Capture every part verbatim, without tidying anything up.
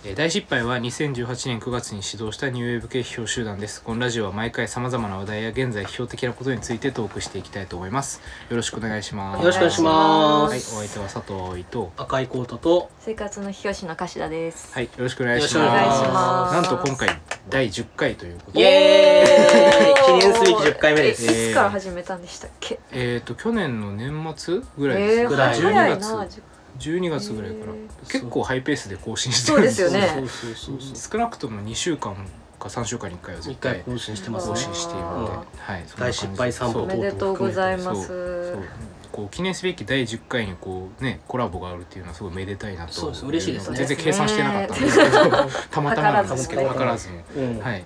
大失敗はにせんじゅうはちねんくがつに始動したニューウェーブ系批評集団です。このラジオは毎回様々な話題や現在批評的なことについてトークしていきたいと思います。よろしくお願いします。 よろしくお願いします。 はい、お相手は佐藤葵と赤井コートと生活の批評士の柏田です。 はい、よろしくお願いします。 よろしくお願いします。 なんと今回だいじゅっかいということで、 イエーイ記念すべきじゅっかいめです。 いつから始めたんでしたっけ？ えっと去年の年末ぐらいです。 えー、 ぐらいじゅうにがつなじゅうにがつぐらいから結構ハイペースで更新してそうですよね。 そうそうそうそう少なくともにしゅうかんかさんしゅうかんにいっかいは絶一回対更新してますね。 更新しているので、 うんはい、そんな感じ大失敗散歩おめでとうございます。 そうそうこう記念すべきだいじゅっかいにこうねコラボがあるっていうのはすごいめでたいなと。 そうです嬉しいですね全然計算してなかったんですけどたまたまなんですけど図らず図らずも、 うんはい。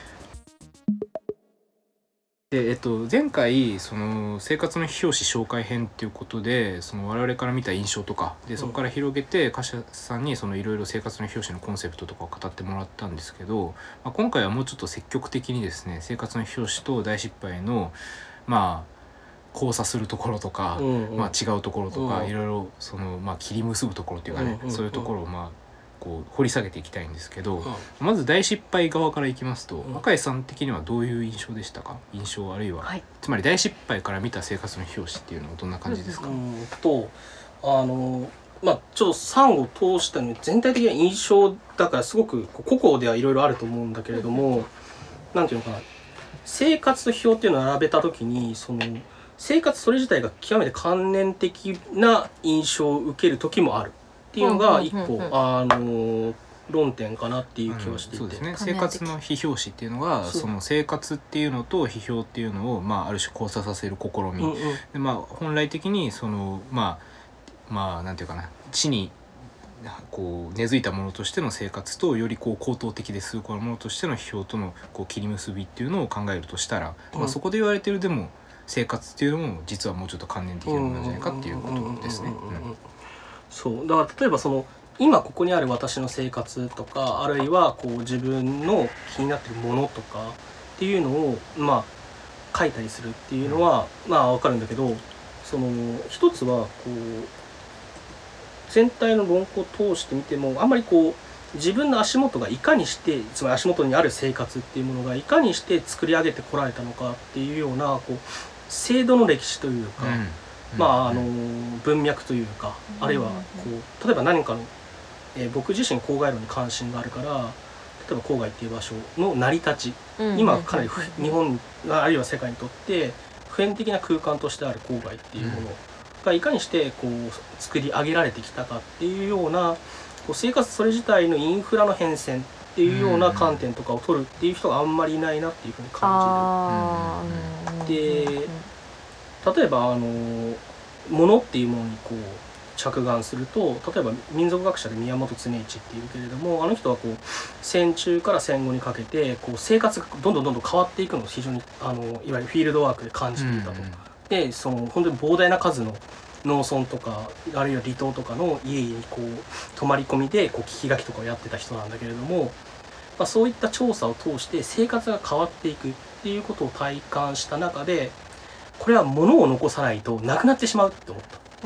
でえっと、前回その生活の批評誌紹介編っていうことでその我々から見た印象とかでそこから広げて柏さんにそのいろいろ生活の批評誌のコンセプトとかを語ってもらったんですけど、まあ、今回はもうちょっと積極的にですね生活の批評誌と大失敗のまあ交差するところとか、 うんうんまあ、違うところとか、 うんいろいろその、まあ、切り結ぶところっていうかね、 うんうんうんそういうところをまあこう掘り下げていきたいんですけど、 うんまず大失敗側からいきますと、 うん赤井さん的にはどういう印象でしたか？印象あるいは、 はい。 つまり大失敗から見た生活の批評誌っていうのはどんな感じですか？ うんとあのまあちょっとさんを通したのに全体的な印象だからすごく個々ではいろいろあると思うんだけれども、なんていうのかな、生活と批評っていうのを並べた時にその生活それ自体が極めて観念的な印象を受ける時もあるっていうのが一個、 うんうんうんうんあの論点かなっていう気はしていて、 そうですね、 観念的生活の批評誌っていうのはそうその生活っていうのと批評っていうのを、まあ、ある種交差させる試み、 うんうんでまあ、本来的にそのまあまあなんていうかな地にこう根付いたものとしての生活とよりこう高等的で崇高なものとしての批評とのこう切り結びっていうのを考えるとしたら、 うんまあ、そこで言われてるでも生活っていうのも実はもうちょっと観念的なものなんじゃないかっていうことですね。 そうだから例えばその今ここにある私の生活とかあるいはこう自分の気になってるものとかっていうのをまあ書いたりするっていうのは、うん、まあ分かるんだけど、その一つはこう全体の論考を通してみてもあんまりこう自分の足元がいかにしてつまり足元にある生活っていうものがいかにして作り上げてこられたのかっていうようなこう制度の歴史というか、 うんまああの文脈というか、あるいはこう例えば何かの、えー、僕自身郊外路に関心があるから例えば郊外っていう場所の成り立ち、今かなり日本あるいは世界にとって普遍的な空間としてある郊外っていうものがいかにしてこう作り上げられてきたかっていうようなこう生活それ自体のインフラの変遷っていうような観点とかを取るっていう人があんまりいないなっていうふうに感じる。で例えばあの物っていうものにこう着眼すると例えば民族学者で宮本常一っていうけれども、あの人はこう戦中から戦後にかけてこう生活がどんどんどんどん変わっていくのを非常にあのいわゆるフィールドワークで感じていたと。でその本当に膨大な数の農村とかあるいは離島とかの家々にこう泊まり込みでこう聞き書きとかをやってた人なんだけれども、まあ、そういった調査を通して生活が変わっていくっていうことを体感した中で、これは物を残さないとなくなってしまうって思った、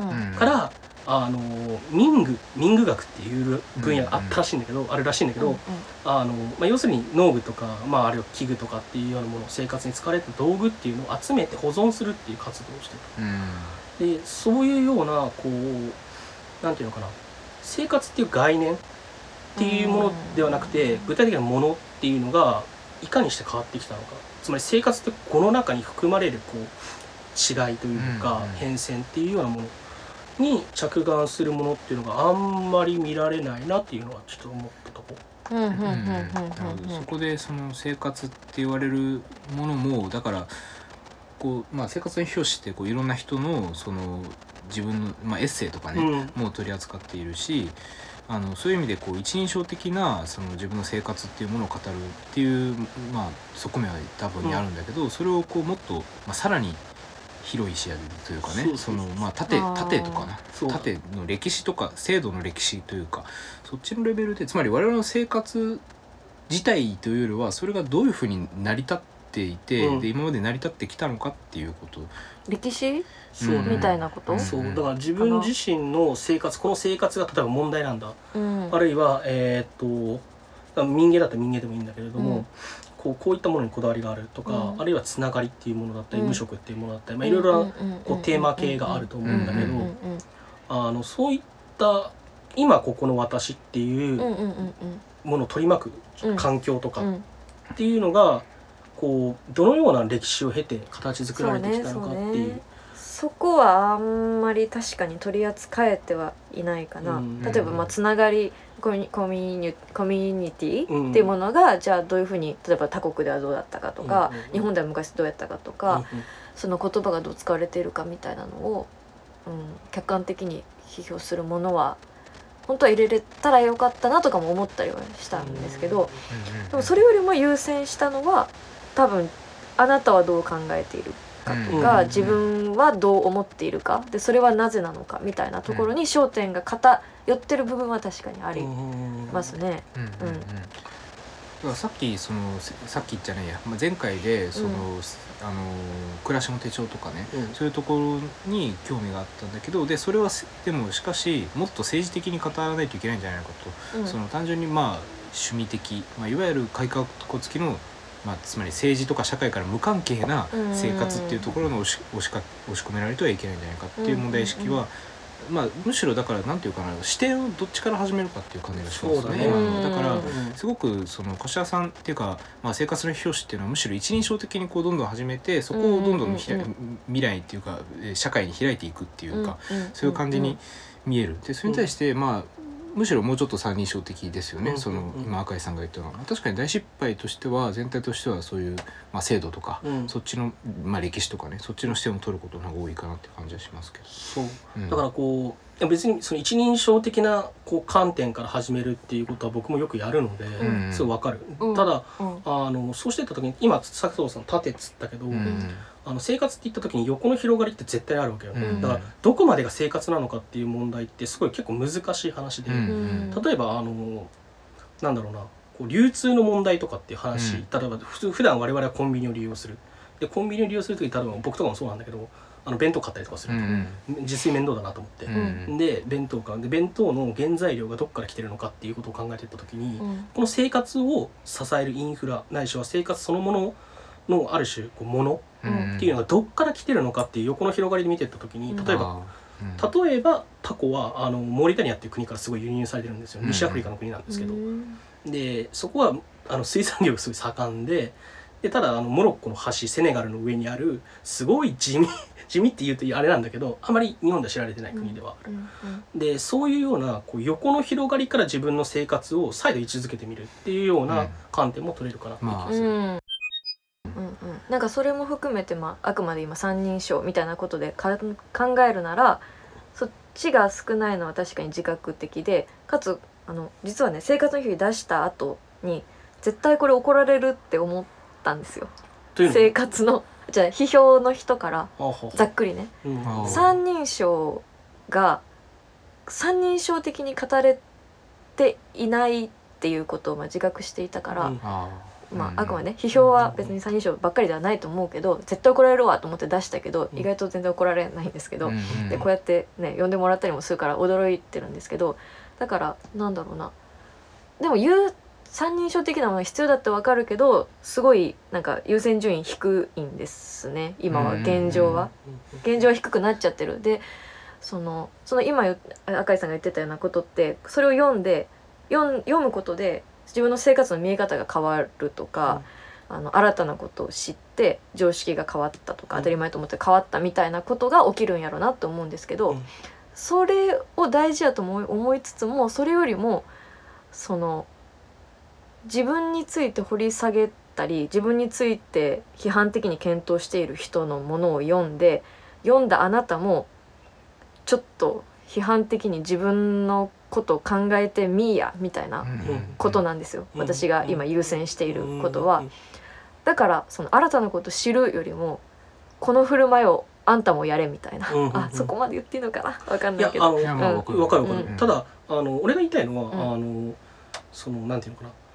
うんから、あの民具民具学っていう分野があったらしいんだけど、うんうん、あるらしいんだけど、 うんうん、 あのまあ、要するに農具とか、まあ、あるいは器具とかっていうようなもの生活に使われた道具っていうのを集めて保存するっていう活動をしてた、うん、でそういうようなこうなんていうのかな、生活っていう概念っていうものではなくて、具体的なものっていうのがいかにして変わってきたのか、つまり生活ってこの中に含まれるこう違いというか、うんうん、変遷っていうようなものに着眼するものっていうのがあんまり見られないなっていうのはちょっと思ったところ。 そこでその生活って言われるものもだからこう、まあ、生活の批評誌ってこういろんな人のその自分の、まあ、エッセイとかね、うん、もう取り扱っているし、あのそういう意味でこう一人称的なその自分の生活っていうものを語るっていう、まあ、側面は多分にあるんだけど、うん、それをこうもっと、まあ、さらに広い視野でというかね、そのまあ縦縦とかな縦の歴史とか制度の歴史というかそっちのレベルで、つまり我々の生活自体というよりはそれがどういうふうに成り立っっていて、 うん、 で今まで成り立ってきたのかっていうこと、 歴史そうみたいなこと、 そうだから自分自身の生活この生活が例えば問題なんだ、 うん、 あるいはえー、っと民芸だったら民芸でもいいんだけれども、うん、こうこういったものにこだわりがあるとか、うん、あるいはつながりっていうものだったり、うん、無職っていうものだったり、まあ、いろいろなこうテーマ系があると思うんだけど、あのそういった今ここの私っていうものを取り巻く環境とかっていうのがこうどのような歴史を経て形作られてきたのかっていう。 そこはあんまり確かに取り扱えてはいないかな、うん、例えばまあつながりコミュニ、コミュニ、コミュニティっていうものが、うん、じゃあどういうふうに例えば他国ではどうだったかとか、うん、日本では昔どうやったかとか、うん、その言葉がどう使われているかみたいなのを、うん、客観的に批評するものは本当は入れれたらよかったなとかも思ったりはしたんですけど、うん、でもそれよりも優先したのは多分あなたはどう考えているかとか、うん、自分はどう思っているかでそれはなぜなのかみたいなところに焦点が偏ってる部分は確かにありますね。 さっきそのさっきじゃないや前回でその、うん、あの暮らしの手帳とかね、うん、そういうところに興味があったんだけどでそれはでもしかしもっと政治的に語らないといけないんじゃないかと、うん、その単純にまあ趣味的、まあ、いわゆる改革付きのまあ、つまり政治とか社会から無関係な生活っていうところの押し、押しか押し込められてはいけないんじゃないかっていう問題意識は、まあ、むしろだからなんていうかな視点をどっちから始めるかっていう感じがしますね。今のだからすごくその柏さんっていうか、まあ、生活の表紙っていうのはむしろ一人称的にこうどんどん始めてそこをどんどん未来っていうか社会に開いていくっていうかそういう感じに見える。でそれに対してまあむしろもうちょっと三人称的ですよね、うん、その今赤井さんが言ったのは確かに大失敗としては全体としてはそういう、まあ、制度とか、うん、そっちの、まあ、歴史とかねそっちの視点を取ることの方が多いかなって感じはしますけどそう、うん、だからこう別にその一人称的なこう観点から始めるっていうことは僕もよくやるので、うん、すぐ分かる、うん、ただ、うん、あのそうしていった時に今佐藤さん縦っつったけど、うんあの生活って言った時に横の広がりって絶対あるわけよ、うん、だからどこまでが生活なのかっていう問題ってすごい結構難しい話で、うん、例えばあのなんだろうなこう流通の問題とかっていう話、うん、例えば普普段我々はコンビニを利用するでコンビニを利用する時例えば僕とかもそうなんだけどあの弁当買ったりとかすると、うん、自炊面倒だなと思って、うん、で弁当買うで弁当の原材料がどこから来てるのかっていうことを考えていった時に、うん、この生活を支えるインフラないしは生活そのもののある種こうものっていうのがどっから来てるのかっていう横の広がりで見ていった時に例えば、うん、例えばタコはあのモーリタニアっていう国からすごい輸入されてるんですよ、うん、西アフリカの国なんですけど、うん、でそこはあの水産業がすごい盛んで、でただあのモロッコの橋セネガルの上にあるすごい地味地味って言うとあれなんだけどあまり日本では知られてない国ではある、うんうん、でそういうようなこう横の広がりから自分の生活を再度位置づけてみるっていうような観点も取れるかなって気がする、うんうんうん、なんかそれも含めて、まあ、あくまで今三人称みたいなことでか考えるならそっちが少ないのは確かに自覚的でかつあの実はね生活の日々出した後に絶対これ怒られるって思ったんですよ。生活のじゃあ批評の人からざっくりね、うん、三人称が三人称的に語れていないっていうことをまあ自覚していたから、うんまあ、あくまでね批評は別に三人称ばっかりではないと思うけど絶対怒られるわと思って出したけど意外と全然怒られないんですけど、でこうやってね呼んでもらったりもするから驚いてるんですけど、だからなんだろうなでも言う三人称的なものが必要だってわかるけどすごいなんか優先順位低いんですね今は現状は現状は低くなっちゃってる。でそのその今赤井さんが言ってたようなことってそれを読んで読読むことで自分の生活の見え方が変わるとか、うん、あの新たなことを知って常識が変わったとか、うん、当たり前と思って変わったみたいなことが起きるんやろうなと思うんですけど、うん、それを大事だと思い、思いつつもそれよりもその自分について掘り下げたり自分について批判的に検討している人のものを読んで読んだあなたもちょっと批判的に自分のことを考えてみーやみたいなことなんですよ、うん、私が今優先していることは。だからその新たなことを知るよりもこの振る舞いをあんたもやれみたいな、うんうん、あそこまで言っていいのかな分かんないけど、 いやあの、うん、分かる分かる、うん、ただあの俺が言いたいのは、うん、あのそのなんていうのかな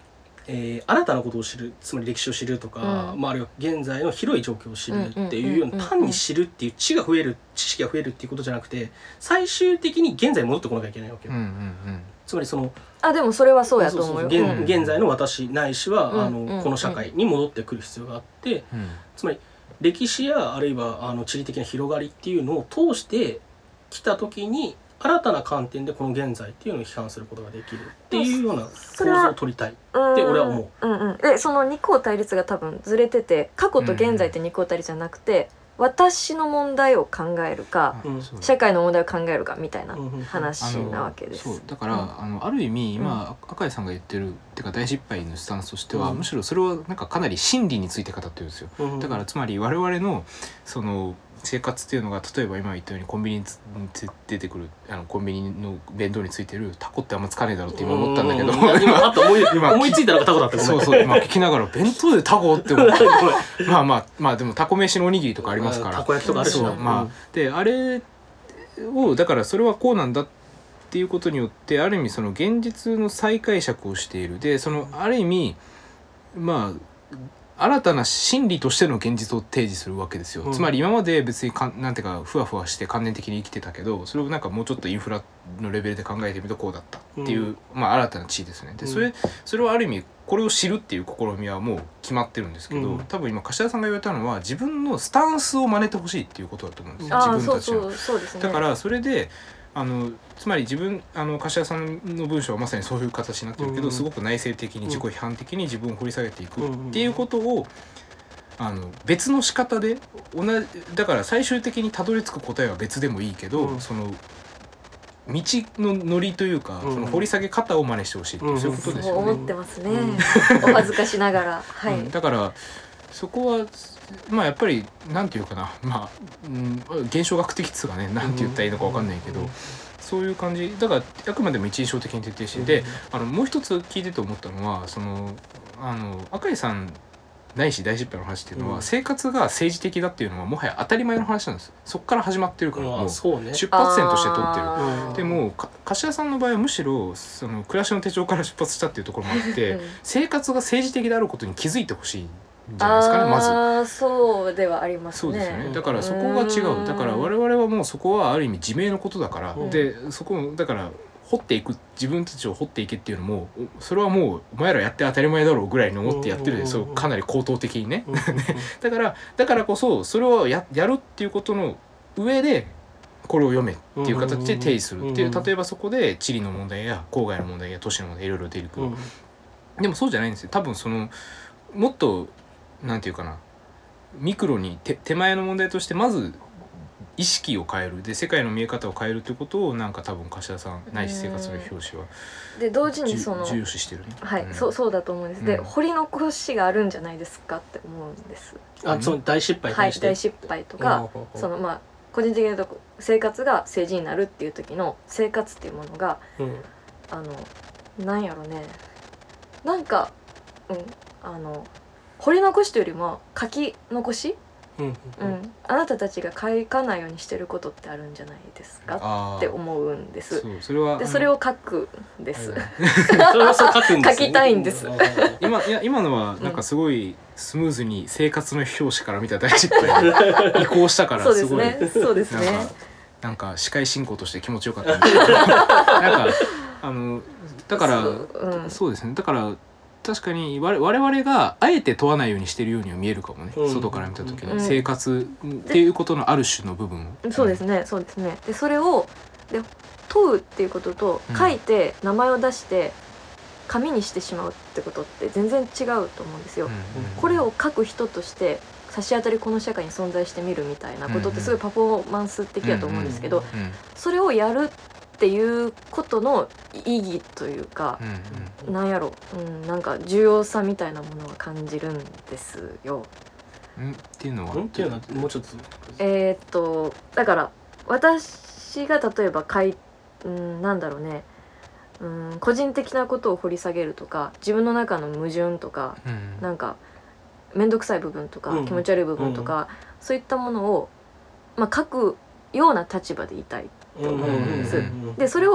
えー、新たなことを知る、つまり歴史を知るとか、うんまあ、あるいは現在の広い状況を知るっていうような、単に知るっていう知が増える知識が増えるっていうことじゃなくて、最終的に現在に戻ってこなきゃいけないわけよ、うんうんうん、つまりそのあでもそれはそうやと思うよ。 そうそうそう 現, 現在の私ないしは、うん、あの、うん、この社会に戻ってくる必要があって、うん、つまり歴史やあるいはあの地理的な広がりっていうのを通してきた時に新たな観点でこの現在っていうのを批判することができるっていうような構造を取りたいって俺は思う。 うんうん、でその二項対立が多分ずれてて、過去と現在って二項対立じゃなくて、うん、私の問題を考えるか、うん、社会の問題を考えるかみたいな話なわけです。 そうだから、うん、あのある意味今、うん、赤井さんが言ってるってか大失敗のスタンスとしては、うん、むしろそれはなんかかなり真理について語ってるんですよ、うん、だからつまり我々のその生活っていうのが、例えば今言ったようにコンビニに出てくるあのコンビニの弁当についてるタコってあんまつかねえだろうって今思ったんだけど、 今あと思い今思いついたのがタコだった。 そうそう今聞きながら弁当でタコって思ってまあまあまあでもタコ飯のおにぎりとかありますから、 たこ焼きとかあるしな、 まあ、であれをだからそれはこうなんだっていうことによってある意味その現実の再解釈をしている。でそのある意味まあ新たな真理としての現実を提示するわけですよ、うん、つまり今まで別にかなんていうかふわふわして観念的に生きてたけど、それをなんかもうちょっとインフラのレベルで考えてみるとこうだったっていう、うん、まあ新たな地位ですね。でそれそれはある意味これを知るっていう試みはもう決まってるんですけど、うん、多分今柏田さんが言われたのは自分のスタンスを真似てほしいっていうことだと思うんですよ、自分たちの。 そうそうそうですね。 だからそれであのつまり自分あの柏さんの文章はまさにそういう形になってるけど、うん、すごく内省的に自己批判的に自分を掘り下げていくっていうことを、あの別の仕方で同じだから最終的にたどり着く答えは別でもいいけど、うん、その道のノリというか、うん、その掘り下げ方を真似してほしいっていう、うん、そういうことですよね。 そう思ってますね、うん、お恥ずかしながら、はい、 うん、だからそこはまあやっぱりなんていうかな、まあ、うん、現象学的つがねなんて言ったらいいのか分かんないけど、うん、そういう感じだからあくまでも一印象的に徹底してて、うん、あのもう一つ聞いてて思ったのはそのあの赤井さんないし大失敗の話っていうのは、うん、生活が政治的だっていうのはもはや当たり前の話なんです。そこから始まってるから、もう出発点として取ってる。でも柏さんの場合はむしろその暮らしの手帳から出発したっていうところもあって、うん、生活が政治的であることに気づいてほしいじゃないですかね、まず。 あそうではありますね。 そうですよね。だからそこが違う。だから我々はもうそこはある意味自明のことだから、うん、でそこだから掘っていく、自分たちを掘っていけっていうのもそれはもうお前らやって当たり前だろうぐらいに思ってやってるで、そうかなり口頭的にねだからだからこそそれを や, やるっていうことの上でこれを読めっていう形で提示するっていう、例えばそこで地理の問題や郊外の問題や都市の問題いろいろ出てくる。でもそうじゃないんですよ。多分そのもっとなんていうかな、ミクロに 手, 手前の問題としてまず意識を変える、で世界の見え方を変えるということをなんか多分柏田さんないし生活の表紙はで同時にその重要視してるね。 はい、うん、そうそうだと思うんです。で、うん、掘り残しがあるんじゃないですかって思うんです。 あ、その大失敗に対して、はい、大失敗とか、そのまあ個人的に言うと生活が政治になるっていう時の生活っていうものが、うん、あのなんやろね、なんか、うん、あの掘り残しというよりも書き残し。うんうん、あなたたちが書かないようにしてることってあるんじゃないですかって思うんです。 そうそれはでそれを書くんです。 それをそう書くんです、ね、 書きたいんです。 今いや今のはなんかすごいスムーズに生活の表紙から見た大失敗に移行したからすごいそうですね。そうですね。 なんかなんか司会進行として気持ちよかったんですけどなんかあのだからそう、うん、そうですね。だから確かに我々があえて問わないようにしてるようには見えるかもね、うん、外から見た時に、うん、生活っていうことのある種の部分を、 そうですねそうですね。でそれをで問うっていうことと書いて名前を出して紙にしてしまうってことって全然違うと思うんですよ、うんうん、これを書く人として差し当たりこの社会に存在してみるみたいなことってすごいパフォーマンス的だと思うんですけど、それをやるっていうことの意義というか、うんうん、なんやろ、うん、なんか重要さみたいなものは感じるんですよ。 んっていうのは？ んっていうのはもうちょっと。 えー、っとだから私が例えばかい、うん、なんだろうね、うん、個人的なことを掘り下げるとか、自分の中の矛盾とか、うん、なんか面倒くさい部分とか、うん、気持ち悪い部分とか、うん、そういったものを、まあ、書くような立場でいたいと思うんです。でそれを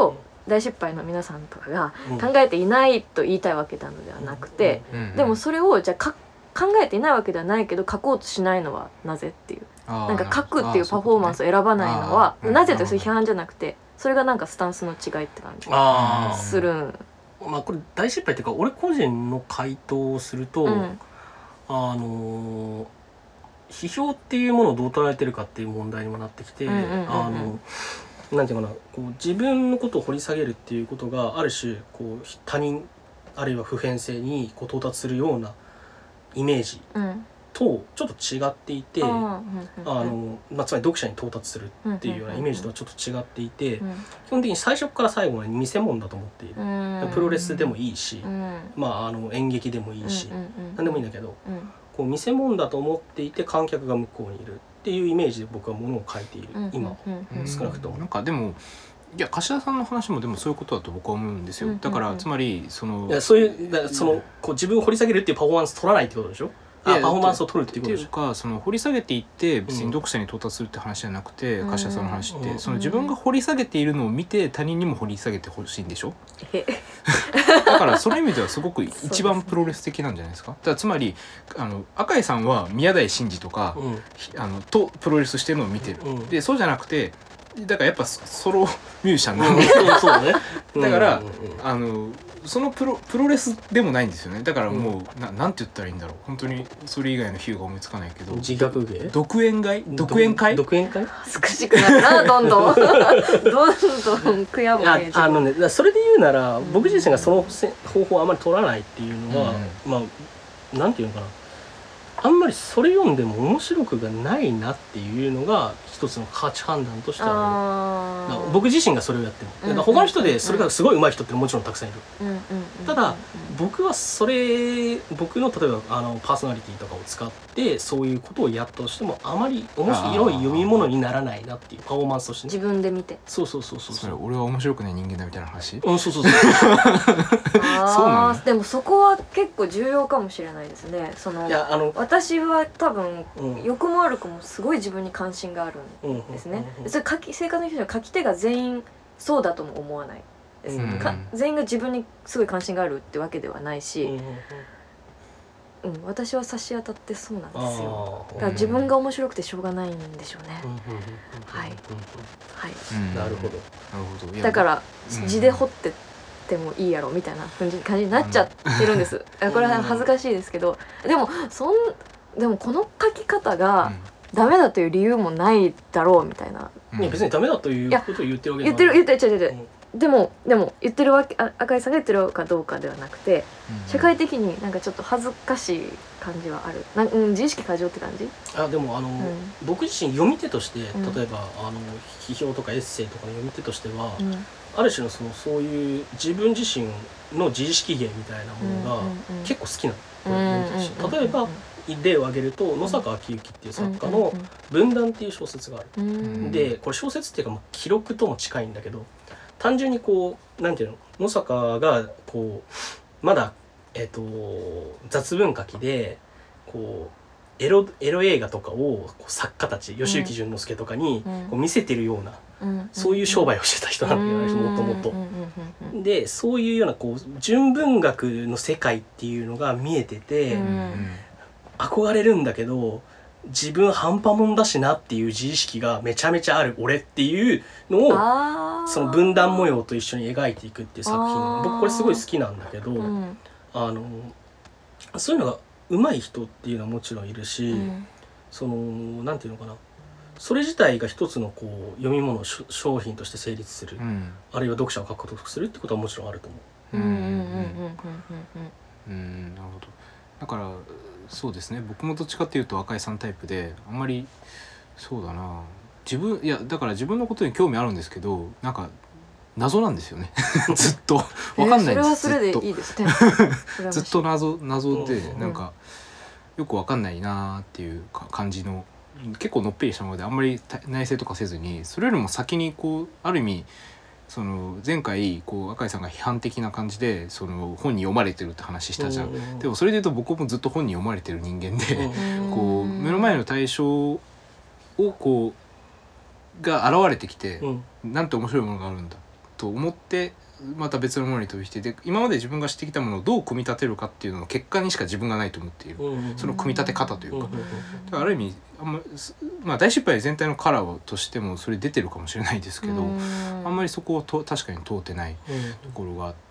大失敗の皆さんとかがうん考えていないと言いたいわけなのではなくて、 うんでもそれをじゃあか考えていないわけではないけど書こうとしないのはなぜっていう、 あーなんか書くっていうパフォーマンスをなる選ばないのは、 あーなぜという批判じゃなくて、それがなんかスタンスの違いって感じあするん。 あまあこれ大失敗っていうか俺個人の回答をすると、 うんあのー批評っていうものをどう捉えてるかっていう問題にもなってきて、 うんうんうんうんあのなんていうかな、こう自分のことを掘り下げるっていうことがある種こう他人あるいは普遍性にこう到達するようなイメージうんとちょっと違っていて、 あーあうんうんうんのまあ、つまり読者に到達するっていうようなイメージとはちょっと違っていて、 うん基本的に最初から最後まで見せ物だと思っている。 うんプロレスでもいいし、 うんまあ、あの演劇でもいいし、 うんうんうん何でもいいんだけど、 うんこう見せ物だと思っていて観客が向こうにいるっていうイメージで僕はものを書いている、 うん今。 うんうんうん少なくともなんかでもいや柏田さんの話もでもそういうことだと僕は思うんですよ。 うんうんうんだからつまりそのいやそういうだそのこう自分を掘り下げるっていうパフォーマンス取らないってことでしょ。 いやあパフォーマンスを取るっていうっていうことでしょ。 かその掘り下げていって別に読者に到達するって話じゃなくて、 うん柏さんの話って、 うんその自分が掘り下げているのを見て他人にも掘り下げてほしいんでしょ。 へだからその意味ではすごく一番プロレス的なんじゃないですか。だからつまりあの赤井さんは宮台真司とか、 うんひあのとプロレスしてるのを見てる、 うんでそうじゃなくてだからやっぱソソロミュージシャンなんで、 そうそうだね。 だからうんうんうんあのそのプロプロレスでもないんですよね。だからもう、ななんて言ったらいいんだろう。本当にそれ以外の比喩が思いつかないけど、 自虐芸独演会独演会独演会恥ずかしくなるなどんどんどんどん悔やむあねあのねだからそれで言うなら、 うん僕自身がそのせ方法をあまり取らないっていうのは、 うまあなんていうのかな、あんまりそれ読んでも面白くがないなっていうのが一つの価値判断としてはある。だからあー僕自身がそれをやってる。だから他の人でそれがすごい上手い人ってもちろんたくさんいる。 うんうんうんただ僕はそれ僕の例えばあのパーソナリティとかを使ってそういうことをやったとしてもあまり面白い読み物にならないなっていうパフォーマンスとして自ね。 分で見てそうそうそうそうそれそう。 俺は面白くない人間だみたいな話。 うんそうそうそう。 そうなのあーでもそこは結構重要かもしれないですね。そのいやあの私は多分うん欲も悪くもすごい自分に関心があるんですね。 うんうんうんそれ書き生活の人の書き手が全員そうだとも思わないです、 うんか全員が自分にすごい関心があるってわけではないし、 うんうんうんうん私は差し当たってそうなんですよ。 あーだから自分が面白くてしょうがないんでしょうね。 うんうんうんうんはいはい。 うんなるほど。 なるほど。いやだからうん字で彫ってってもいいやろみたいな感じ感じになっちゃってるんです。いやこれは恥ずかしいですけど、でもそんでもこの書き方がダメだという理由もないだろうみたいな。 うんいや別にダメだということを言ってるわけ言ってる言っってる違う違う違う。でもでも言ってるわけあ赤井さんが言ってるかどうかではなくて、 うん社会的になんかちょっと恥ずかしい感じはある。なんうん自意識過剰って感じ？ あでもあの、 ん僕自身読み手としてうん例えば、あの批評とかエッセイとかの読み手としては、 うんある種のそのそういう自分自身の自意識芸みたいなものがうんうんうん結構好きなうんの、読み手として例えば例を挙げると野坂昭之っていう作家の「分断」っていう小説がある。 うんうんうんでこれ小説っていうかまあ記録とも近いんだけど単純にこうなんていうの野坂がこうまだ、えっと雑文書きでこうエロエロ映画とかをこう作家たち吉行淳之介とかにうんこう見せてるような、 うんそういう商売をしてた人なんだよねもともとうん。うんうんうんでそういうようなこう純文学の世界っていうのが見えてて、 うん憧れるんだけど自分半端もんだしなっていう自意識がめちゃめちゃある俺っていうのをあーその分断模様と一緒に描いていくっていう作品あー僕これすごい好きなんだけど、 うんあのそういうのが上手い人っていうのはもちろんいるし、 うんそのなんていうのかなそれ自体が一つのこう読み物しょ商品として成立する、 うんあるいは読者を獲得するってことはもちろんあると思う。 うんうんうんうんうんうんなるほど。だからそうですね僕もどっちかっていうと赤井さんタイプであんまりそうだな自分いやだから自分のことに興味あるんですけどなんか謎なんですよねずっとわかんないんです、 えーそれはそれずっとでいいですね。 ずっと謎謎でうんなんかよくわかんないなっていうか感じの結構のっぺりしたものであんまり内省とかせずにそれよりも先にこうある意味その前回こう赤井さんが批判的な感じでその本に読まれてるって話したじゃん。 うんでもそれで言うと僕もずっと本に読まれてる人間で、 うんこう目の前の対象をこうが現れてきて、 うんなんて面白いものがあるんだと思ってまた別のものに飛びしてで今まで自分が知ってきたものをどう組み立てるかっていうのの結果にしか自分がないと思っている、 うんうん、 その組み立て方というか、 うんうんうん、 だからある意味あんま、まあ、大失敗全体のカラーとしてもそれ出てるかもしれないですけど、 うんあんまりそこをと確かに通ってないところがあって、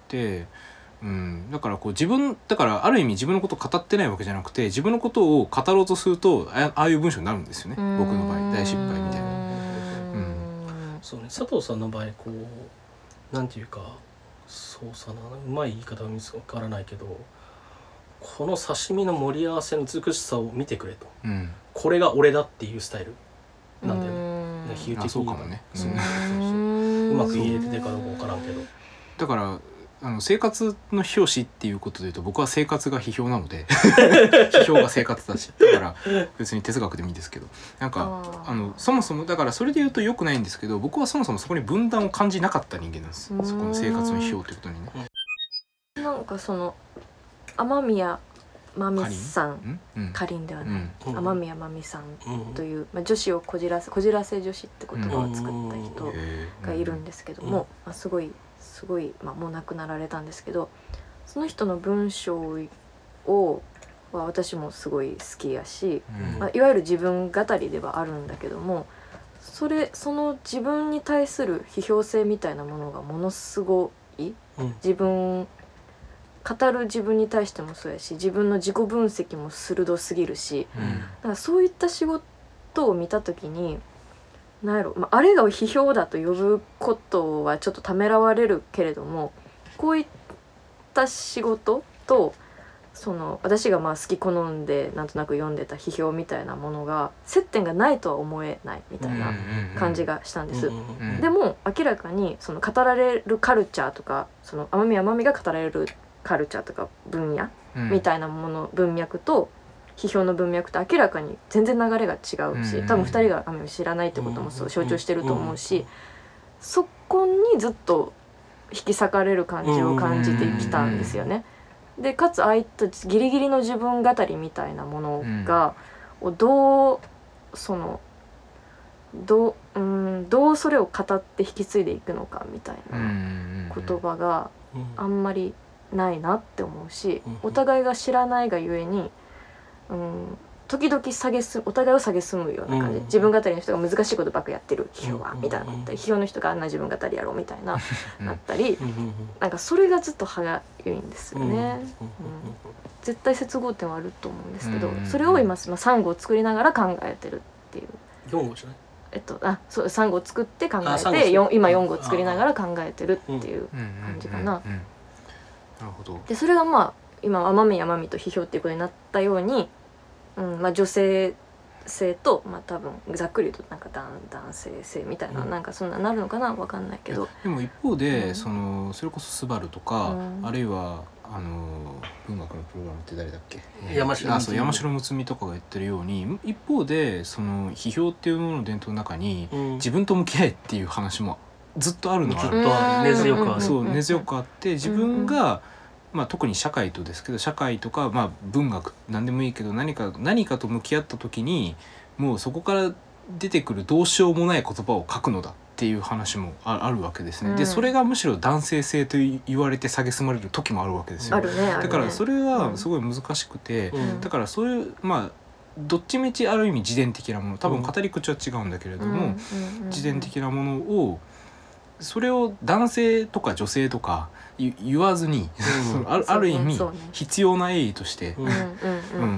うん、だからこう自分だからある意味自分のことを語ってないわけじゃなくて自分のことを語ろうとするとああいう文章になるんですよね、僕の場合大失敗みたいな。うん、 そうね、佐藤さんの場合こうなんていうかそうさなうまい言い方は見つからないけどこの刺身の盛り合わせの美しさを見てくれと、うん、これが俺だっていうスタイルなんだよね。比喩的にそうかもね、 そうそうそううまく言えてるかどうか分からんけどだからあの生活の批評師っていうことでいうと僕は生活が批評なので批評が生活だしだから別に哲学でもいいですけどなんかあのそもそもだからそれで言うと良くないんですけど僕はそもそもそこに分断を感じなかった人間なんです、そこの生活の批評ってことにね。 なんかその雨宮まみさんかりんではない、うん、雨宮まみさんという、まあ、女子をこじらせこじらせ女子って言葉を作った人がいるんですけども、まあ、すごいすごい、まあ、もう亡くなられたんですけどその人の文章をは私もすごい好きやし、うんまあ、いわゆる自分語りではあるんだけどもそれその自分に対する批評性みたいなものがものすごい、うん、自分語る自分に対してもそうやし自分の自己分析も鋭すぎるし、うん、だからそういった仕事を見た時になんやろ、まあ、あれが批評だと呼ぶことはちょっとためらわれるけれどもこういった仕事とその私がまあ好き好んでなんとなく読んでた批評みたいなものが接点がないとは思えないみたいな感じがしたんです、うんうんうん、でも明らかにその語られるカルチャーとかその天宮まみが語られるカルチャーとか分野みたいなもの、うん、文脈と批評の文脈と明らかに全然流れが違うし、うん、多分ふたりが雨を知らないってこともそう象徴してると思うし、うん、そこにずっと引き裂かれる感じを感じてきたんですよね。でかつああいったギリギリの自分語りみたいなものが、うん、どうそのどう、うん、どうそれを語って引き継いでいくのかみたいな言葉があんまりないなって思うし、お互いが知らないがゆえに、うん、時々下げすお互いを下げすむような感じ、自分語りの人が難しいことばっかやってる批評はみたいなのったり、批評の人があんな自分語りやろみたいななったり、なんかそれがずっと歯がゆいんですよね、うん、絶対接合点はあると思うんですけど、それを今、まあ、さんごを作りながら考えてるっていうよんごじゃないえっと、あそうさんご作って考えて今よんご作りながら考えてるっていう感じかな。 なるほど。 でそれがまあ今雨宮まみと批評っていうことになったように、うんまあ、女性性と、まあ、多分ざっくり言うとなんか 男, 男性性みたいな、うん、なんかそんななるのかな分かんないけど、 でも一方で、うん、そのそれこそスバルとか、うん、あるいはあの文学のプログラムって誰だっけ、えー、山城睦山城睦美とかが言ってるように一方でその批評っていうものの伝統の中に、うん、自分と向き合えっていう話もずっとあるのはずっと根強くある、 そう根強くあって自分が、まあ、特に社会とですけど社会とか、まあ、文学何でもいいけど何か何かと向き合った時にもうそこから出てくるどうしようもない言葉を書くのだっていう話も あ, あるわけですね、うん、でそれがむしろ男性性と言われて蔑まれる時もあるわけですよ、 あるね、 だからそれはすごい難しくて、うん、だからそういうまあどっちみちある意味自伝的なもの多分語り口は違うんだけれども、うん、自伝的なものをそれを男性とか女性とか言わずに、うん、あ, ある意味必要な営利として、うんうん、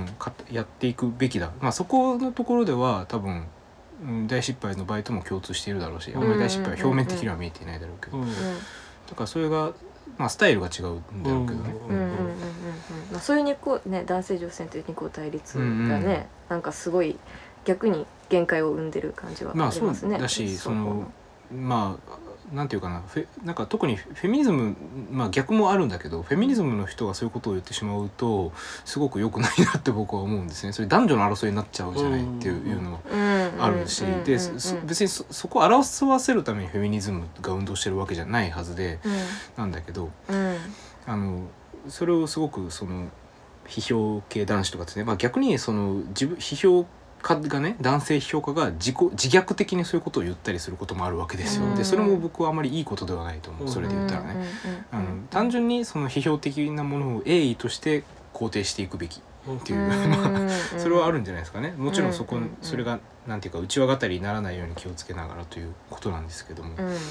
やっていくべきだ、まあ、そこのところでは多分大失敗の場合とも共通しているだろうし、あんまり大失敗は表面的には見えていないだろうけど、うんうんうん、だからそれが、まあ、スタイルが違うんだろうけどね、 そういう二項、ね、男性女性という二項対立がね、うんうん、なんかすごい逆に限界を生んでる感じはありますね。まあ、そうだしそのまあなんていうかな、フェなんか特にフェミニズム、まあ逆もあるんだけどフェミニズムの人がそういうことを言ってしまうとすごく良くないなって僕は思うんですね。それ男女の争いになっちゃうじゃないっていうのはあるし、で別に そ, そこを表わせるためにフェミニズムが運動してるわけじゃないはずで、うん、なんだけど、うん、あのそれをすごくその批評系男子とかですね、まあ、逆にその自分批評家がね男性批評家が自己自虐的にそういうことを言ったりすることもあるわけですよ。でそれも僕はあまりいいことではないと思う。それで言ったらね、あの単純にその批評的なものを鋭意として肯定していくべきっていうまあそれはあるんじゃないですかね。もちろんそこそれがなんていうか内輪語りにならないように気をつけながらということなんですけども、うんうん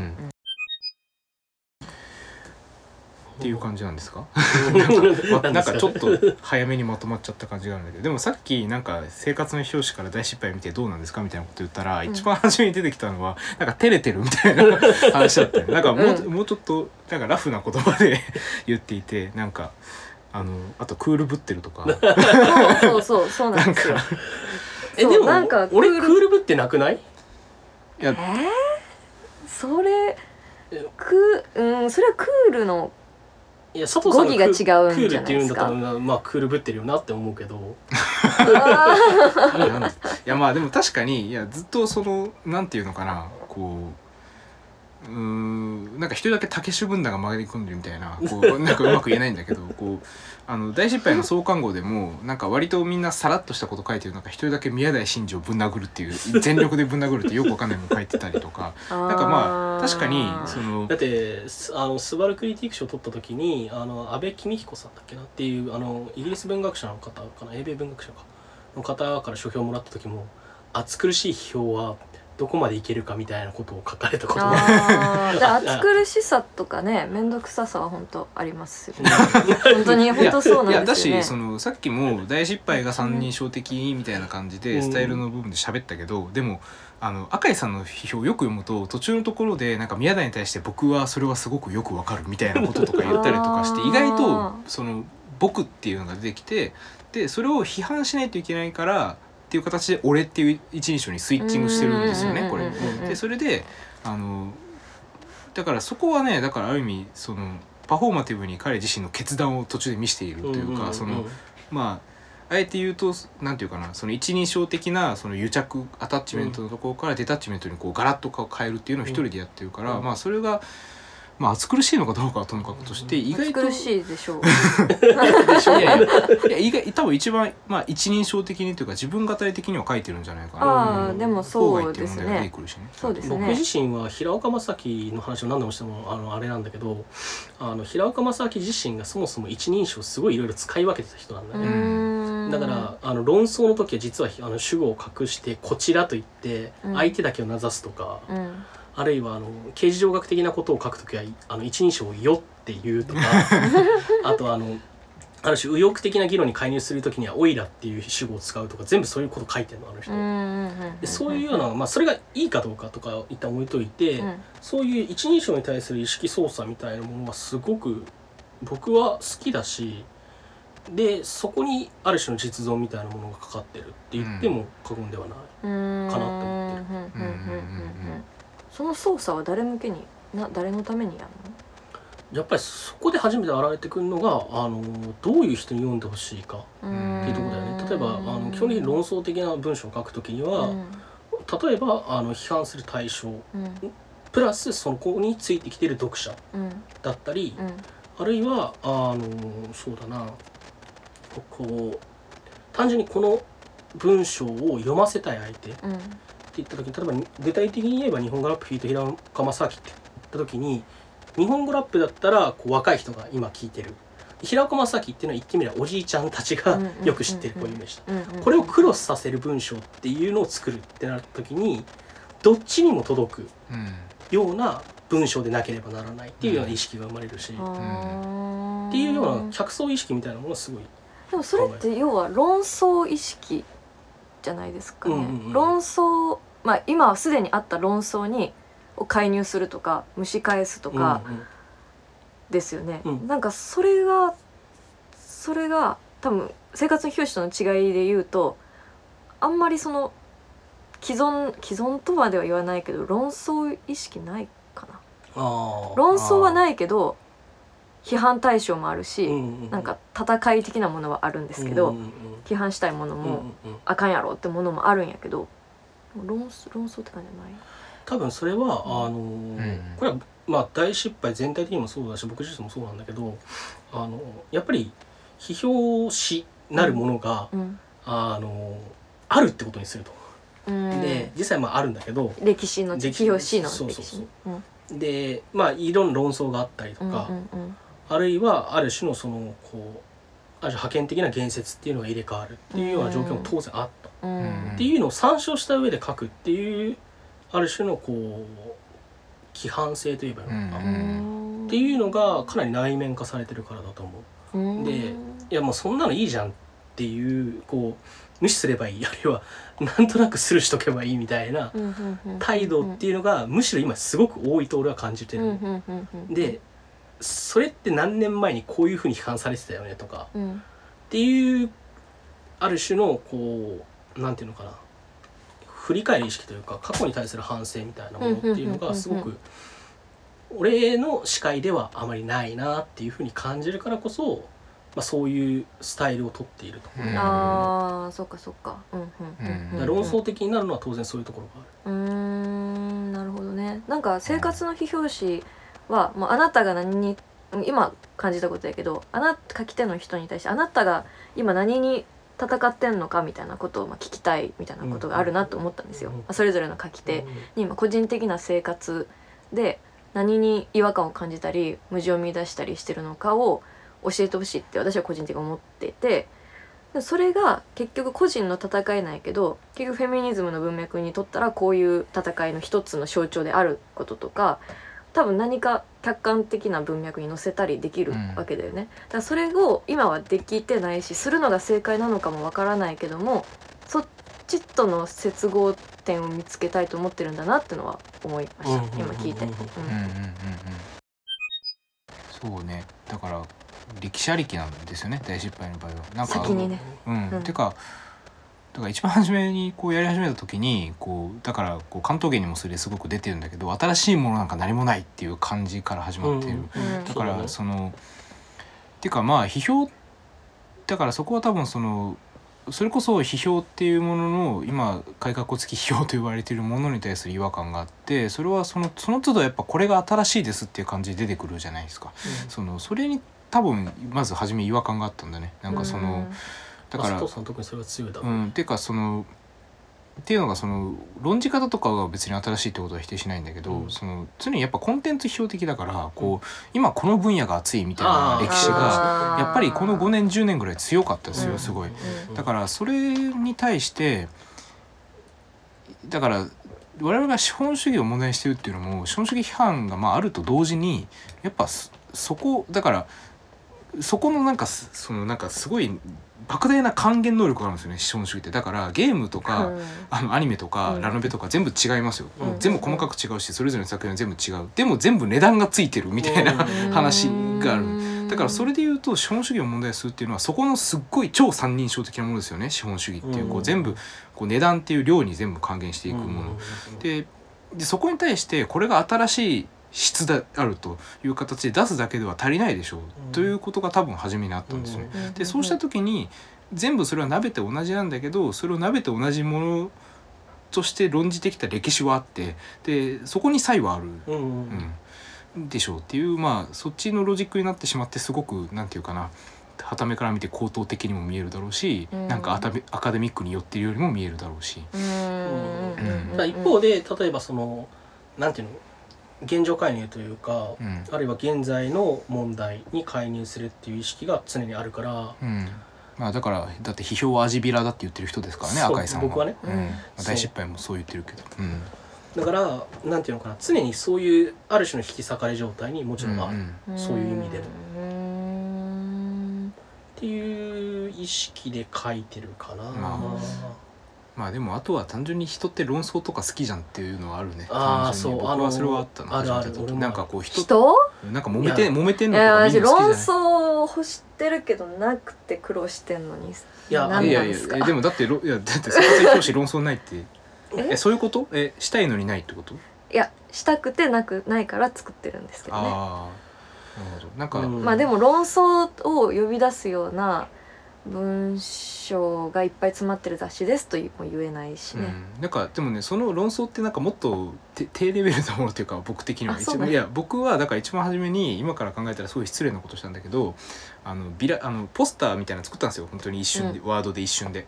っていう感じなんですかなんか、なんかちょっと早めにまとまっちゃった感じがあるんだけど、でもさっきなんか生活の表紙から大失敗見てどうなんですかみたいなこと言ったら、うん、一番初めに出てきたのはなんか照れてるみたいな話だったよね。なんかもう、うん、もうちょっとなんかラフな言葉で言っていて、なんかあのあとクールぶってるとかそうそうそうそうなんですよ。 えでもなんか俺クールぶってなくない？ いや、えー、それクうんそれはクールのいや佐藤さんが語義が違うんクールじゃないですか。 って言うんだったらまあクールぶってるよなって思うけどいやまあでも確かにいやずっとそのなんていうのかなこううーんなんか一人だけ竹主分断が曲がり込んでるみたいなこうなんかうまく言えないんだけどこうあの大失敗の創刊号でもなんか割とみんなさらっとしたこと書いてるなんか一人だけ宮台真司をぶん殴るっていう全力でぶん殴るってよくわかんないもの書いてたりとかなんかまあ確かにそのだってあのスバルクリティック賞を取った時にあの安倍公彦さんだっけなっていうあのイギリス文学者の方かな英米文学者かの方から書評をもらった時も暑苦しい批評はどこまでいけるかみたいなことを書かれたことがああ暑苦しさとかね面倒くささは本当ありますよね本当に本当そうなんですよね。いやだしそのさっきも大失敗が三人称的みたいな感じでスタイルの部分で喋ったけど、うん、でもあの赤井さんの批評をよく読むと途中のところでなんか宮台に対して僕はそれはすごくよくわかるみたいなこととか言ったりとかして意外とその僕っていうのが出てきてでそれを批判しないといけないからっていう形で俺っていう一人称にスイッチングしてるんですよねこれ。でそれであのだからそこはねだからある意味そのパフォーマティブに彼自身の決断を途中で見せているというかそのまああえて言うとなんていうかなその一人称的なその癒着アタッチメントのところからデタッチメントにこうガラッと変えるっていうのを一人でやってるから、まあそれがまあ暑苦しいのかどうかはともかくとして意外と暑苦しいでしょういやいやいや意外多分一番まあ一人称的にというか自分語り的には書いてるんじゃないかな。 ああでもそうですね。そうですね。 僕自身は平岡正明の話を何度もしてもあのあれなんだけどあの平岡正明自身がそもそも一人称をすごいいろいろ使い分けてた人なんだよね。だからあの論争の時は実はあの主語を隠してこちらと言って相手だけを名指すとか、うんうんあるいはあの形而上学的なことを書くときはあの一人称を「よ」って言うとかあとあのある種右翼的な議論に介入するときには「オイラ」っていう主語を使うとか全部そういうこと書いてるのあの人でそういうような、まあ、それがいいかどうかとか一旦置いといて、うん、そういう一人称に対する意識操作みたいなものはすごく僕は好きだしでそこにある種の実存みたいなものがかかってるって言っても過言ではないかなと思ってる。 その操作は誰向けにな誰のためにやるの？やっぱりそこで初めて現れてくるのがあのどういう人に読んでほしいかっていうところだよね。例えばあの基本的に論争的な文章を書くときには、うん、例えばあの批判する対象、うん、プラスそこについてきている読者だったり、うんうん、あるいはあのそうだなこう単純にこの文章を読ませたい相手、うんって言った時に例えば具体的に言えば日本語ラップフィート平岡正明って言った時に日本語ラップだったらこう若い人が今聞いてる平岡正明っていうのは言ってみればおじいちゃんたちがよく知ってるこういうイメージだこれをクロスさせる文章っていうのを作るってなった時にどっちにも届くような文章でなければならないっていうような意識が生まれるし、うん、っていうような客層意識みたいなものがすごい。 でもそれって要は論争意識じゃないですかね、うんうんうん、論争、まあ、今はすでにあった論争にを介入するとか蒸し返すとかですよね、うんうん、なんかそれがそれが多分生活の表紙との違いで言うとあんまりその既存既存とまでは言わないけど論争意識ないかな。あ論争はないけど批判対象もあるし、うんうん、なんか戦い的なものはあるんですけど、うんうんうん、批判したいものもあかんやろってものもあるんやけど論, 論争って感じじゃない？ 多分それは、うん、あの、うん、これはまあ大失敗全体的にもそうだし僕自身もそうなんだけどあのやっぱり批評しなるものが、うん、あのあるってことにすると。 うんで実際まああるんだけど歴史の批評史のそうそうそう歴史ねうんでまあいろんな論争があったりとか、 うんうんうんあるいはある種のそのこうある種覇権的な言説っていうのが入れ替わるっていうような状況も当然あった、 うんっていうのを参照した上で書くっていうある種のこう規範性といえばいいのかな、 うんっていうのがかなり内面化されてるからだと思う。 うんでいやもうそんなのいいじゃんっていうこう無視すればいいあるいはなんとなくスルーしとけばいいみたいなうんうんうん態度っていうのがむしろ今すごく多いと俺は感じてる、 うんうんうんうんでそれって何年前にこういうふうに批判されてたよねとかうんっていうある種のこうなんていうのかな振り返る意識というか過去に対する反省みたいなものっていうのがすごく俺の視界ではあまりないなっていうふうに感じるからこそ、まあ、そういうスタイルをとっていると、 うんああそっかそっかうんうんうんうんだから論争的になるのは当然そういうところがある。 うーんなるほどね。なんか生活の批評誌はもうあなたが何に今感じたことやけどあな書き手の人に対してあなたが今何に戦ってんのかみたいなことをまあ聞きたいみたいなことがあるなと思ったんですよ、 うんまあそれぞれの書き手に今個人的な生活で何に違和感を感じたり矛盾を見出したりしてるのかを教えてほしいって私は個人的に思っていてでそれが結局個人の戦いなんやけど結局フェミニズムの文脈にとったらこういう戦いの一つの象徴であることとか多分何か客観的な文脈に載せたりできるわけだよね、だからそれを今はできてないしするのが正解なのかもわからないけどもそっちとの接合点を見つけたいと思ってるんだなってのは思いました、 うん今聞いて、うんうんうんうんうんそうねだから歴史ありきなんですよね大失敗の場合はなんか先にねうん、 うんてかだから一番初めにこうやり始めた時にこうだからこう関東圏にもそれすごく出てるんだけど新しいものなんか何もないっていう感じから始まってる、 うんうんだからそうそのっていうかまあ批評だからそこは多分そのそれこそ批評っていうものの今改革付き批評と言われているものに対する違和感があってそれはそのその都度やっぱこれが新しいですっていう感じで出てくるじゃないですか、そのそれに多分まず初め違和感があったんだねなんかその、だから佐藤さん特にそれは強いだろう、 うんっていうかそのっていうのがその論じ方とかが別に新しいってことは否定しないんだけど、 うんその常にやっぱコンテンツ批評的だからこう今この分野が熱いみたいな歴史があーやっぱりこのごねんじゅうねんぐらい強かったですうんよすごい。 うんだからそれに対してだから我々が資本主義を問題にしてるっていうのも資本主義批判がまああると同時にやっぱそそこだからそこのなんかすそのなんかすごい莫大な還元能力があるんですよね資本主義って。だからゲームとか、 うんあのアニメとか、 うんラノベとか全部違いますよ、 うん全部細かく違うしそれぞれの作品は全部違うでも全部値段がついてるみたいな、 うん話がある。だからそれで言うと資本主義を問題するっていうのはそこのすっごい超三人称的なものですよね資本主義っていう、 うんこう全部こう値段っていう量に全部還元していくもの、 うんででそこに対してこれが新しい質であるという形で出すだけでは足りないでしょう、 うんということが多分初めにあったんですよね。 うんでそうした時に全部それは鍋て同じなんだけどそれを鍋て同じものとして論じてきた歴史はあってでそこに差異はある、 うんうんうん、でしょうっていうまあそっちのロジックになってしまってすごくなんていうかな傍目から見て高等的にも見えるだろうし、 うんなんかアタベアカデミックに寄っているよりも見えるだろうし。 うんうんだから一方で例えばそのなんていうの現状介入というか、 うんあるいは現在の問題に介入するっていう意識が常にあるからうんまあ、だからだって批評は味びらだって言ってる人ですからねそう赤井さんは僕はねうんまあ、 そう大失敗もそう言ってるけど、うんだからなんていうのかな常にそういうある種の引き裂かれ状態にもちろんある、 うんうんそういう意味でもうんっていう意識で書いてるかな、 ままあでもあとは単純に人って論争とか好きじゃんっていうのはあるね。 あー単純にそうあの僕はそれはあったなあるある初めての時俺もなんかこう人人なんか揉めていや揉めてんいやのとかみん私論な好きじゃない。 争を欲してるけどなくて苦労してんのにいや何いやいやなんですかえでもだってろいやだって生活教師論争ないってええそういうことえしたいのにないってこと？ いやしたくてなくないから作ってるんですけどねああなるほどなんか、 うんまあでも論争を呼び出すような文章がいっぱい詰まってる雑誌ですとも言えないしね、 うん、なんかでもねその論争ってなんかもっと低低レベルなものというか僕的には一あそうなん番いや僕はだから一番初めに今から考えたらすごい失礼なことしたんだけどあのビラあのポスターみたいなの作ったんですよ本当に一瞬で、ワードで一瞬で。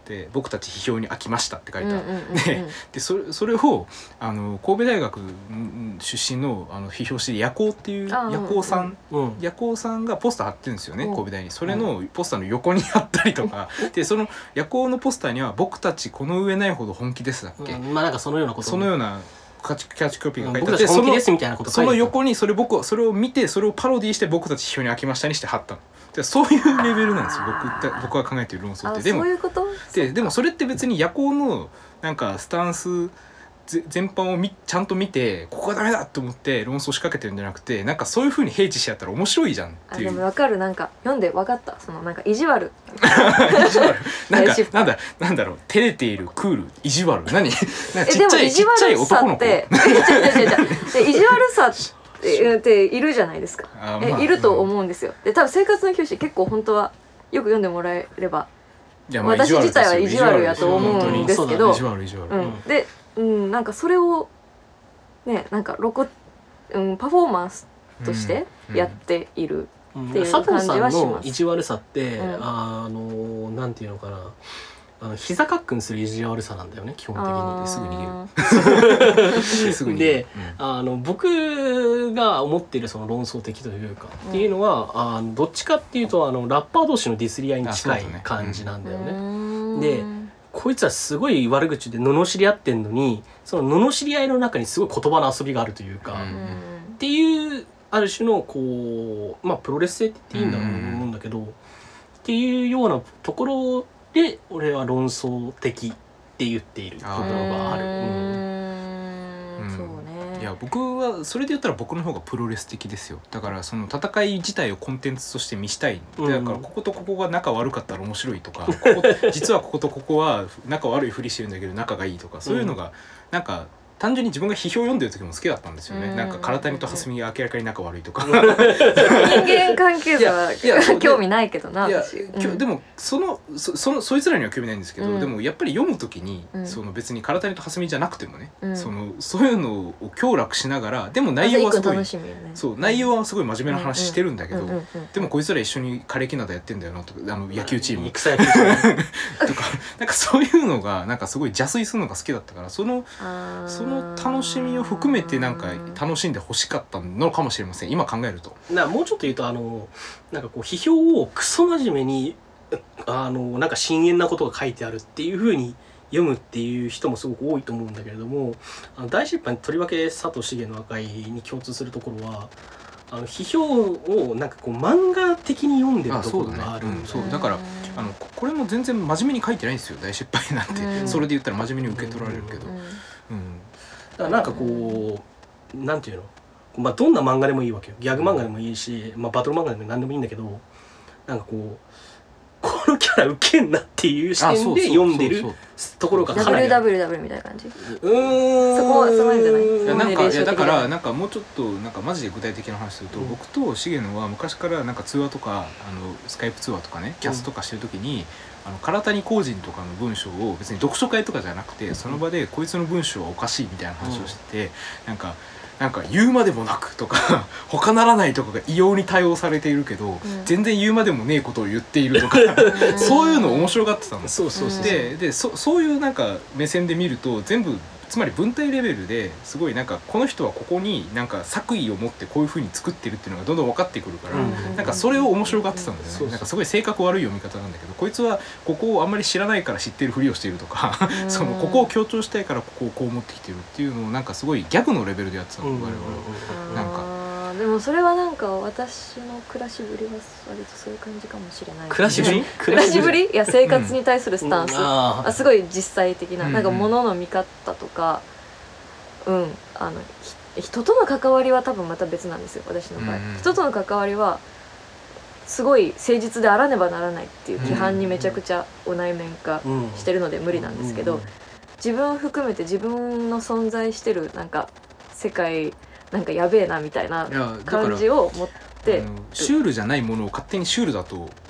って僕たち批評に飽きましたって書いた、 うんうんうんうんででそれそれをあの神戸大学出身のあの批評して夜行っていうあ夜行さん、 うん夜行さんがポスター貼ってるんですよね、 うん神戸大に。それのポスターの横に貼ったりとかでその夜行のポスターには僕たちこの上ないほど本気ですだっけ、 うんまあなんかそのようなことそのようなキャッチキャッチコピーが書いてあ僕って、 たち本気ですみたいなこと書いてその横にそれ僕はそれを見てそれをパロディして僕たち批評に飽きましたにして貼ったので、そういうレベルなんですよ僕って僕が考えてる論争っあて。でもそういうことででもそれって別に夜行のなんかスタンスぜ全般をみちゃんと見てここがダメだと思って論争仕掛けてるんじゃなくて、なんかそういう風に併記しちゃったら面白いじゃんっていう。 あでも分かる、なんか読んで分かった、そのなんか意地悪なんか大失敗なんだなんだろう、照れているクール意地悪何なんかえちっちゃいでも意地ちっちゃい悪さ男の子って違う違う違う違うで意地悪さってっているじゃないですか。 あまあえいると思うんですよ。で多分生活の教師結構本当はよく読んでもらえれば、 いやまあ私自体は意地悪やと思うんですけど意地悪意地悪、 うんうんで、うん、なんかそれをねなんか露骨、うん、パフォーマンスとしてやっている、 うんっていう佐藤さん感じはしますの意地悪さって、 うんあのなんていうのかな、あの膝かっくんする意地悪さなんだよね基本的あに。 すぐ逃げるーすぐにであの僕が思っているその論争的というか、 うんっていうのはあのどっちかっていうとあのラッパー同士のディスり合いに近いあそうだね感じなんだよね。 うんでこいつはすごい悪口で罵り合ってんのに、その罵り合いの中にすごい言葉の遊びがあるというか、 うんっていうある種のこうまあプロレス性って言っていいんだと思うんだけど、っていうようなところで俺は論争的って言っているところがある。 ううんんそうね。 いや僕はそれで言ったら僕の方がプロレス的ですよ。だからその戦い自体をコンテンツとして見したい。 うんだからこことここが仲悪かったら面白いとか、ここ実はこことここは仲悪いふりしてるんだけど仲がいいとか、そういうのがなんか単純に自分が批評を読んでる時も好きだったんですよね。 うんなんか唐谷と蓮見が明らかに仲悪いとか。 人間関係者はいやいやそうで興味ないけどないや私。 きょでもそのそそのそいつらには興味ないんですけど、 うんでもやっぱり読む時に、 うんその別に唐谷と蓮見じゃなくてもね、 うんそのそういうのを享楽しながら、でも内容はすごい楽しみよね。 そう内容はすごい真面目な話してるんだけど、 うんうんうんうんでもこいつら一緒に枯れ木灘やってんだよなとか、あの野球チーム草野球チームとかなんかそういうのがなんかすごい邪推するのが好きだったから、そのあーその楽しみを含めてなんか楽しんでほしかったのかもしれません、今考えると。 なもうちょっと言うとあのなんかこう批評をクソ真面目にあのなんか深遠なことが書いてあるっていう風に読むっていう人もすごく多いと思うんだけれども、あの大出版とりわけ佐藤茂の赤いに共通するところは、あの批評をなんかこう漫画的に読んでるところがある。 あそうだねうんそうだからあのここれも全然真面目に書いてないんですよ、大失敗なんて、 うんそれで言ったら真面目に受け取られるけど、 うんうんだからなんかこうなんていうの、まあどんな漫画でもいいわけよ。ギャグ漫画でもいいし、まあ、バトル漫画でも何でもいいんだけど、なんかこうこのキャラウケんなっていう視点で読んでるところがかなりある。 ダブリューダブリューダブリュー みたいな感じ。 うーんそこはそこなんじゃないいやなんかいやだか年齢的らなんかもうちょっとなんかマジで具体的な話すると、 うん僕と重野は昔からなんか通話とかあのスカイプ通話とかねキャスとかしてる時に、あの唐谷公人とかの文章を別に読書会とかじゃなくて、その場でこいつの文章はおかしいみたいな話をしてて、なんかなんか言うまでもなくとか他ならないとかが異様に対応されているけど、 ん全然言うまでもねえことを言っているとかうんそういうの面白がってたんですよ。 そうそうそう。 でで そ, そういうなんか目線で見ると全部つまり文体レベルですごいなんかこの人はここになんか作為を持ってこういう風に作ってるっていうのがどんどん分かってくるから、 うんなんかそれを面白がってたんだよね。 そうそうなんかすごい性格悪い読み方なんだけど、こいつはここをあんまり知らないから知ってるふりをしているとかうんそのここを強調したいからここをこう持ってきてるっていうのをなんかすごいギャグのレベルでやってたの、 うん我々は。なんかあーでもそれはなんか私の暮らしぶりは割とそういう感じかもしれない。 暮らしぶり暮らしぶりいや生活に対するスタンス、 うんあーあすごい実際的な、 うんなんか物の見方とか、うんあのひ人との関わりは多分また別なんですよ私の場合、 うん人との関わりはすごい誠実であらねばならないっていう規範にめちゃくちゃお内面化うんしてるので無理なんですけど、 うん自分含めて自分の存在してるなんか世界なんかやべえなみたいないやだから感じを持ってあのシュールじゃないものを勝手にシュールだと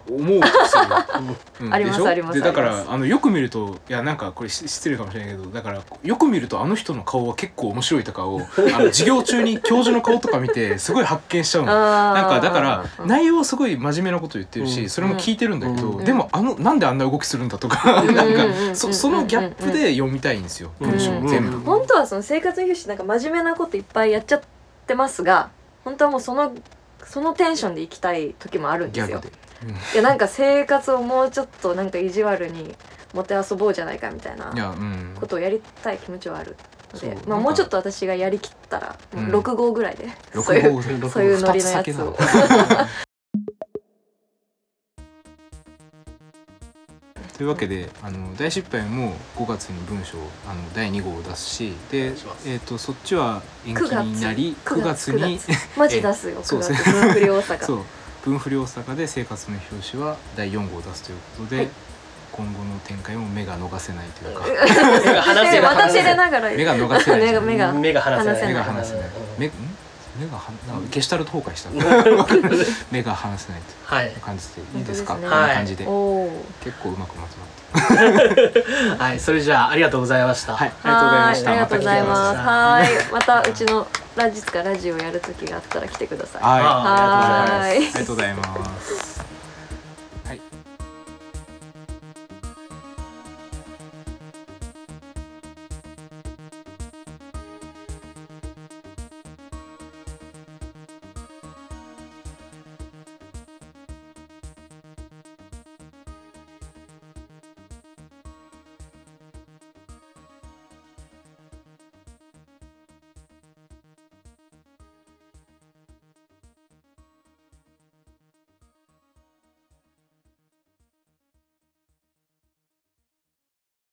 思うとする、うん、 ありますでしょありますでだかありますらあのよく見るといやなんかこれし失礼かもしれないけどだからよく見るとあの人の顔は結構面白いとかをあの授業中に教授の顔とか見てすごい発見しちゃうの。なんかだから内容はすごい真面目なこと言ってるし、 うんそれも聞いてるんだけど、 うんでもあのなんであんな動きするんだとかなんかうんそそのギャップで読みたいんですよ、 うん文章うん全部。 本当はその生活の表紙なんか真面目なこといっぱいやっちゃってますが、本当はもうそのそのテンションでいきたい時もあるんですよ。 ギャグで、うんいやなんか生活をもうちょっとなんか意地悪にもてあそぼうじゃないかみたいないやうんことをやりたい気持ちはあるので、まあ、 そうなんかもうちょっと私がやりきったら、 うんもうろく号ぐらいでろくそういう号でそういうノリのやつふたつ先なのをというわけであの大失敗もごがつに文章あのだいに号を出すしで、えー、とそっちは延期になりくがつくがつにマジ出すよそうくがつ文振り大阪そう文振り大阪で生活の表紙はだいよん号を出すということで、 はい今後の展開も目が逃せないというか目が離せない私でながら目が逃せないじゃん目が目が離せない目が離離せない目ん目がはなゲシュタルト崩壊した目が離せないはいという感じでいいですか本当ですねこんな感じで、 おー結構うまくまとまってはいそれじゃあありがとうございました。 はいありがとうございましたはーいありがとうございます。 まはーい、またうちのラジつかラジオやる時があったら来てください。 はいあはーいありがとうございます